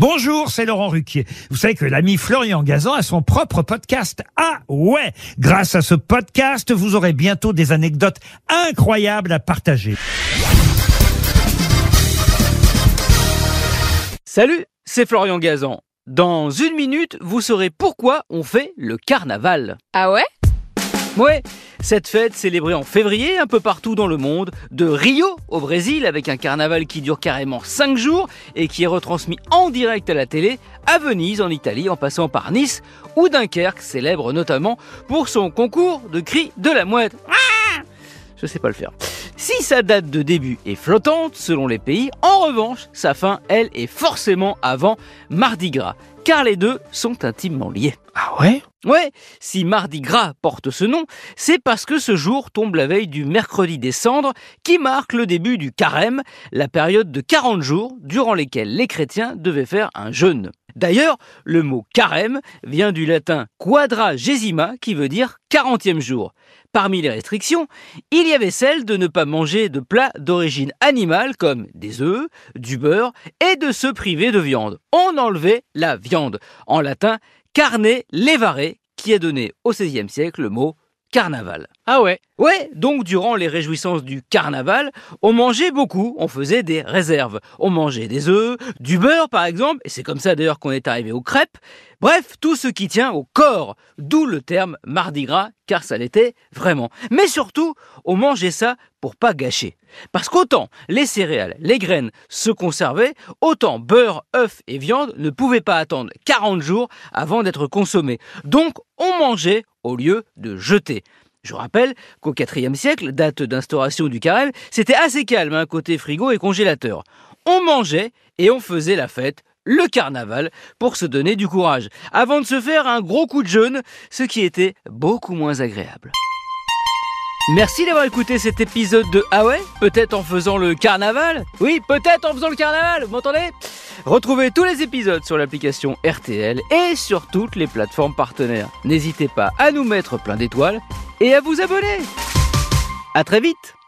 Bonjour, c'est Laurent Ruquier. Vous savez que l'ami Florian Gazan a son propre podcast. Ah ouais! Grâce à ce podcast, vous aurez bientôt des anecdotes incroyables à partager. Salut, c'est Florian Gazan. Dans 1 minute, vous saurez pourquoi on fait le carnaval. Ah ouais? Ouais, cette fête célébrée en février un peu partout dans le monde, de Rio au Brésil avec un carnaval qui dure carrément 5 jours et qui est retransmis en direct à la télé, à Venise en Italie en passant par Nice ou Dunkerque, célèbre notamment pour son concours de cris de la mouette. Je sais pas le faire. Si sa date de début est flottante selon les pays, en revanche, sa fin, elle, est forcément avant Mardi Gras, car les deux sont intimement liés. Ah ouais? Ouais, si Mardi Gras porte ce nom, c'est parce que ce jour tombe la veille du mercredi des cendres, qui marque le début du carême, la période de 40 jours durant lesquels les chrétiens devaient faire un jeûne. D'ailleurs, le mot carême vient du latin quadragesima, qui veut dire 40e jour. Parmi les restrictions, il y avait celle de ne pas manger de plats d'origine animale comme des œufs, du beurre et de se priver de viande. On enlevait la viande. En latin, carne levare, qui a donné au XVIe siècle le mot carnaval. Ah ouais? Ouais, donc durant les réjouissances du carnaval, on mangeait beaucoup, on faisait des réserves. On mangeait des œufs, du beurre par exemple, et c'est comme ça d'ailleurs qu'on est arrivé aux crêpes. Bref, tout ce qui tient au corps, d'où le terme Mardi Gras, car ça l'était vraiment. Mais surtout, on mangeait ça pour pas gâcher. Parce qu'autant les céréales, les graines se conservaient, autant beurre, œufs et viande ne pouvaient pas attendre 40 jours avant d'être consommés. Donc, on mangeait au lieu de jeter. Je rappelle qu'au IVe siècle, date d'instauration du carême, c'était assez calme, côté frigo et congélateur. On mangeait et on faisait la fête, le carnaval, pour se donner du courage, avant de se faire un gros coup de jeûne, ce qui était beaucoup moins agréable. Merci d'avoir écouté cet épisode de Ah ouais? Peut-être en faisant le carnaval? Oui, peut-être en faisant le carnaval, vous m'entendez? Retrouvez tous les épisodes sur l'application RTL et sur toutes les plateformes partenaires. N'hésitez pas à nous mettre plein d'étoiles et à vous abonner. À très vite!